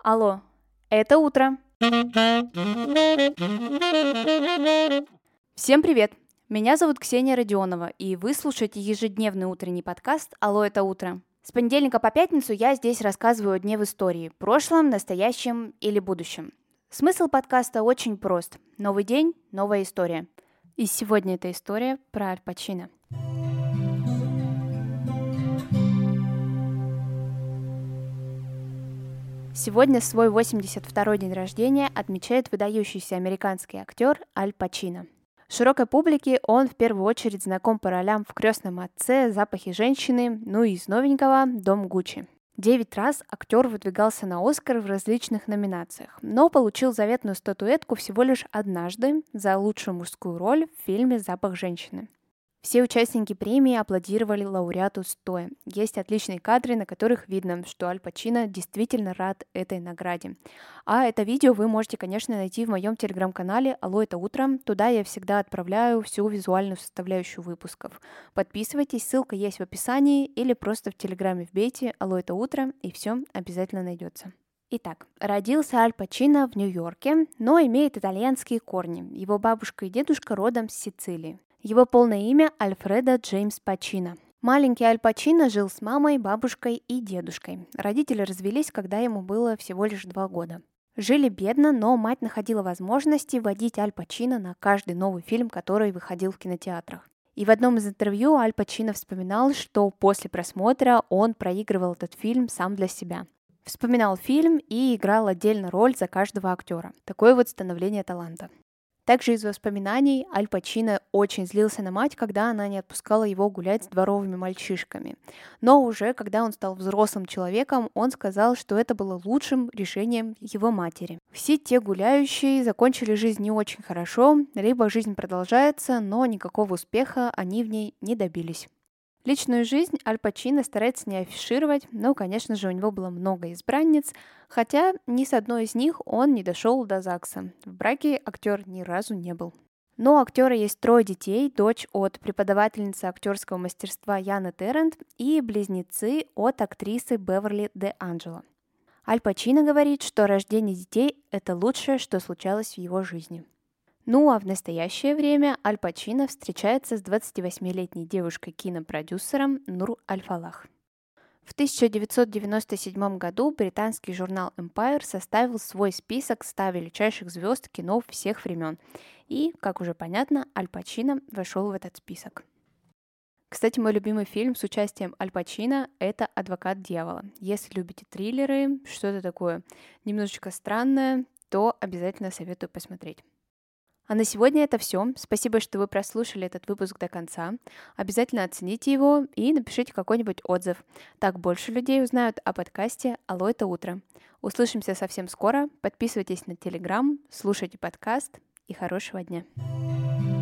Алло, это утро. Всем привет! Меня зовут Ксения Родионова, и вы слушаете ежедневный утренний подкаст «Алло, это утро». С понедельника по пятницу я здесь рассказываю о дне в истории, прошлом, настоящем или будущем. Смысл подкаста очень прост. Новый день, новая история. И сегодня эта история про Аль Пачино. Сегодня свой 82-й день рождения отмечает выдающийся американский актер Аль Пачино. Широкой публике он в первую очередь знаком по ролям в «Крестном отце», «Запахе женщины», ну и из новенького «Дом Гуччи». 9 раз актер выдвигался на Оскар в различных номинациях, но получил заветную статуэтку всего лишь однажды за лучшую мужскую роль в фильме «Запах женщины». Все участники премии аплодировали лауреату стоя. Есть отличные кадры, на которых видно, что Аль Пачино действительно рад этой награде. А это видео вы можете, конечно, найти в моем телеграм-канале «Алло, это утро». Туда я всегда отправляю всю визуальную составляющую выпусков. Подписывайтесь, ссылка есть в описании, или просто в телеграме вбейте «Алло, это утро», и все обязательно найдется. Итак, родился Аль Пачино в Нью-Йорке, но имеет итальянские корни. Его бабушка и дедушка родом с Сицилии. Его полное имя – Альфредо Джеймс Пачино. Маленький Аль Пачино жил с мамой, бабушкой и дедушкой. Родители развелись, когда ему было всего лишь 2 года. Жили бедно, но мать находила возможности водить Аль Пачино на каждый новый фильм, который выходил в кинотеатрах. И в одном из интервью Аль Пачино вспоминал, что после просмотра он проигрывал этот фильм сам для себя. Вспоминал фильм и играл отдельно роль за каждого актера. Такое вот становление таланта. Также из воспоминаний Аль Пачино очень злился на мать, когда она не отпускала его гулять с дворовыми мальчишками. Но уже когда он стал взрослым человеком, он сказал, что это было лучшим решением его матери. Все те гуляющие закончили жизнь не очень хорошо, либо жизнь продолжается, но никакого успеха они в ней не добились. Личную жизнь Аль Пачино старается не афишировать, но, конечно же, у него было много избранниц, хотя ни с одной из них он не дошел до ЗАГСа. В браке актер ни разу не был. Но у актера есть 3 детей, дочь от преподавательницы актерского мастерства Яны Террент и близнецы от актрисы Беверли де Анджело. Аль Пачино говорит, что рождение детей – это лучшее, что случалось в его жизни. Ну а в настоящее время Аль Пачино встречается с 28-летней девушкой-кинопродюсером Нур Аль-Фалах. В 1997 году британский журнал Empire составил свой список 100 величайших звезд кино всех времен. И, как уже понятно, Аль Пачино вошел в этот список. Кстати, мой любимый фильм с участием Аль Пачино – это «Адвокат дьявола». Если любите триллеры, что-то такое немножечко странное, то обязательно советую посмотреть. А на сегодня это все. Спасибо, что вы прослушали этот выпуск до конца. Обязательно оцените его и напишите какой-нибудь отзыв. Так больше людей узнают о подкасте «Алло, это утро». Услышимся совсем скоро. Подписывайтесь на Телеграм, слушайте подкаст и хорошего дня.